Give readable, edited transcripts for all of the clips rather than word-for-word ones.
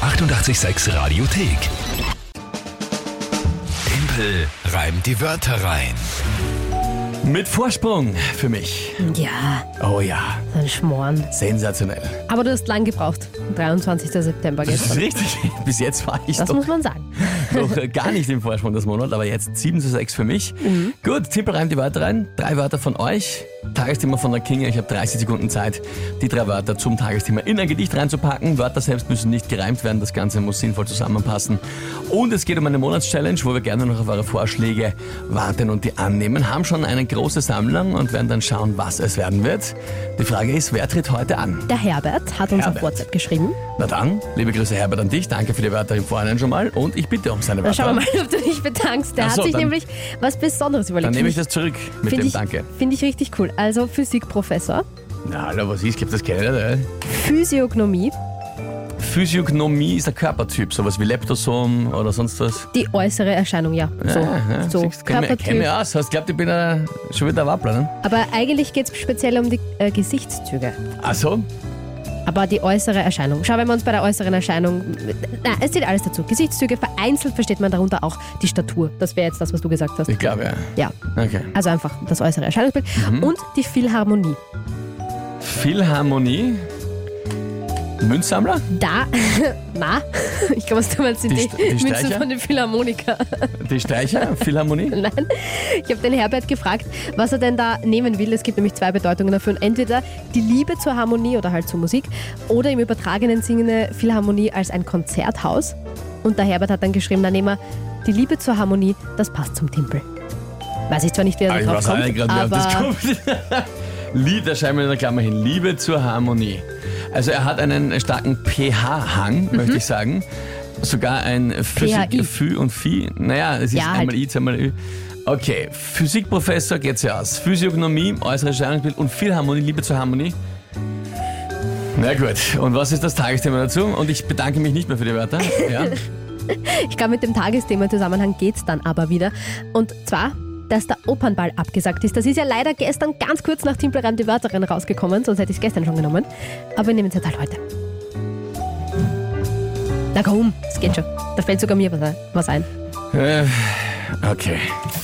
886 Radiothek. Tempel reimt die Wörter rein. Mit Vorsprung für mich. Ja, Oh ja, so ein Schmoren. sensationell. Aber du hast lang gebraucht. 23. September Das ist gestern. richtig. Bis jetzt war ich Das doch muss man sagen. gar nicht im Vorsprung des Monats, aber jetzt 7:6 für mich. Gut, Timpel reimt die Wörter rein. 3 Wörter von euch. Tagesthema von der Kinga. Ich habe 30 Sekunden Zeit, die 3 Wörter zum Tagesthema in ein Gedicht reinzupacken. Wörter selbst müssen nicht gereimt werden. Das Ganze muss sinnvoll zusammenpassen. Und es geht um eine Monatschallenge, wo wir gerne noch auf eure Vorschläge warten und die annehmen. Haben schon eine große Sammlung und werden dann schauen, was es werden wird. Die Frage ist, wer tritt heute an? Der Herbert hat uns Herbert. auf WhatsApp geschrieben. Na dann, liebe Grüße Herbert an dich. Danke für die Wörter im Vorhinein schon mal. Und ich bitte um seine Dann Wörter. schauen wir mal, ob du dich bedankst. Der Ach so, hat sich dann- nämlich was Besonderes überlegt. Dann nehme ich das zurück mit dem Danke. Finde ich richtig cool. Also Physikprofessor, Na, Alter, was ist? Gibt das keine, oder? Physiognomie, Physiognomie ist der Körpertyp, sowas wie Leptosom oder sonst was. die äußere Erscheinung, ja. So Kenn mich Körpertyp. aus. Hast glaubt, ich bin schon wieder ein Wappler, ne? Aber eigentlich geht es speziell um die Gesichtszüge. Ach so? Aber die äußere Erscheinung. Schau, wenn wir uns bei der äußeren Erscheinung... Na, es zählt alles dazu. Gesichtszüge, vereinzelt versteht man darunter auch die Statur. Das wäre jetzt das, was du gesagt hast. Ich glaube, ja. Ja, Okay. also einfach das äußere Erscheinungsbild. Und die Philharmonie. Philharmonie. Münzsammler? Da, na, ich glaube, was du meinst, sind Die die Münzen Streicher? von den Philharmoniker. Die Streicher? Philharmonie? Nein, ich habe den Herbert gefragt, was er denn da nehmen will. Es gibt nämlich 2 Bedeutungen dafür. Entweder die Liebe zur Harmonie oder halt zur Musik oder im übertragenen Sinne Philharmonie als ein Konzerthaus. Und der Herbert hat dann geschrieben, dann nehmen wir die Liebe zur Harmonie, das passt zum Timpel. Weiß ich zwar nicht, wie er Ich da weiß drauf auch kommt, nicht gerade, wie auf das aber kommt. Da schreiben wir in der Klammer hin. Liebe zur Harmonie. Also er hat einen starken pH-Hang, möchte ich sagen. Sogar ein PHI. Physik, und Phi. Naja, es ist Ja, einmal halt. I, zweimal Ü. Okay, Physikprofessor geht's ja aus. Physiognomie, äußeres Erscheinungsbild und Philharmonie, Liebe zur Harmonie. Na gut, und was ist das Tagesthema dazu? Und ich bedanke mich nicht mehr für die Wörter. Ja. ich glaube, mit dem Tagesthema im Zusammenhang geht es dann aber wieder. Und zwar, dass der Opernball abgesagt ist. Das ist ja leider gestern ganz kurz nach Timpel reimt die Wörter rein rausgekommen, sonst hätte ich es gestern schon genommen. Aber wir nehmen es jetzt halt heute. Na komm, es geht schon. Da fällt sogar mir was ein. Okay.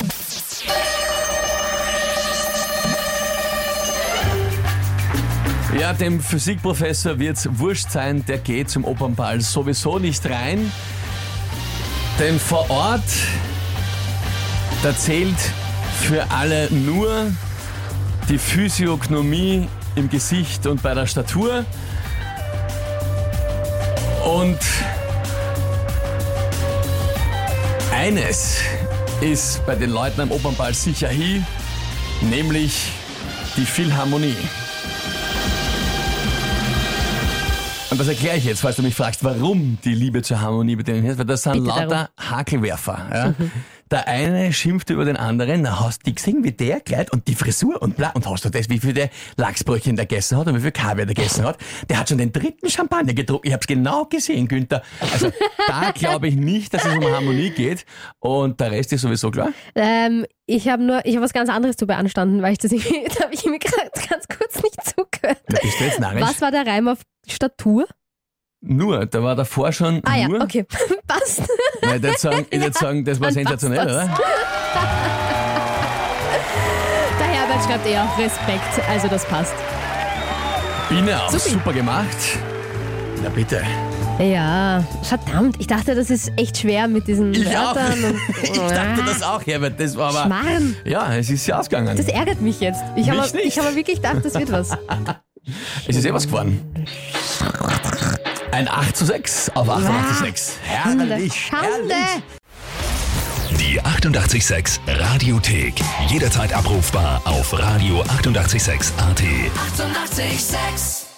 Ja, dem Physikprofessor wird's wurscht sein, der geht zum Opernball sowieso nicht rein. Denn vor Ort, da zählt für alle nur die Physiognomie im Gesicht und bei der Statur. Und eines ist bei den Leuten am Opernball sicher hier, nämlich die Philharmonie. Und das erkläre ich jetzt, falls du mich fragst, warum die Liebe zur Harmonie bei denen ist, weil das sind Bitte lauter Hakelwerfer. Ja? Der eine schimpft über den anderen, na, hast du gesehen, wie der Kleid und die Frisur und bla, und hast du das, wie viele Lachsbrötchen der gegessen hat und wie viel Kaviar der gegessen hat? Der hat schon den 3. Champagner getrunken, ich hab's genau gesehen, Günther. Also da glaube ich nicht, dass es um Harmonie geht und der Rest ist sowieso klar. Ich habe was ganz anderes zu beanstanden, weil da habe ich mir gerade ganz kurz nicht zugehört. Da bist du jetzt narrisch. Was war der Reim auf Statur? Nur, da war davor schon Ah nur. ja, okay, passt. Nein, ich würd sagen, das war Dann sensationell, passt das. oder? Der Herbert schreibt eher Respekt, also das passt. Biene auch, Supi. super gemacht. Na bitte. Ja, verdammt, ich dachte, das ist echt schwer mit diesen Ich auch. Wörtern. Und, Ich dachte das auch, Herbert. Das war aber. Schmarrn. Ja, es ist ja ausgegangen. Das ärgert mich jetzt. Ich habe Mich nicht. hab wirklich gedacht, das wird was. Es ist was geworden. Ein 8:6 auf 88,6. Herrlich, Schande. herrlich. Die 886 Radiothek. Jederzeit abrufbar auf radio886.at. 886! 886